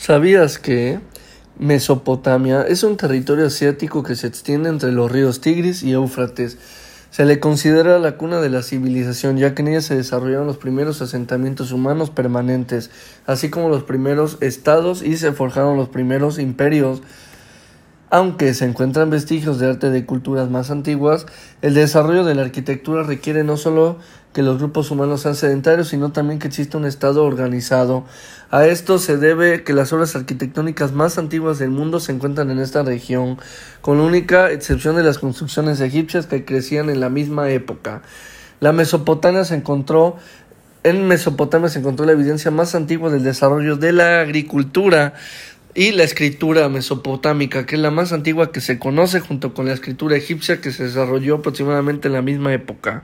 ¿Sabías que Mesopotamia es un territorio asiático que se extiende entre los ríos Tigris y Éufrates? Se le considera la cuna de la civilización, ya que en ella se desarrollaron los primeros asentamientos humanos permanentes, así como los primeros estados y se forjaron los primeros imperios. Aunque se encuentran vestigios de arte de culturas más antiguas, el desarrollo de la arquitectura requiere no solo que los grupos humanos sean sedentarios, sino también que exista un estado organizado. A esto se debe que las obras arquitectónicas más antiguas del mundo se encuentran en esta región, con la única excepción de las construcciones egipcias que crecían en la misma época. En Mesopotamia se encontró la evidencia más antigua del desarrollo de la agricultura y la escritura mesopotámica, que es la más antigua que se conoce, junto con la escritura egipcia, que se desarrolló aproximadamente en la misma época.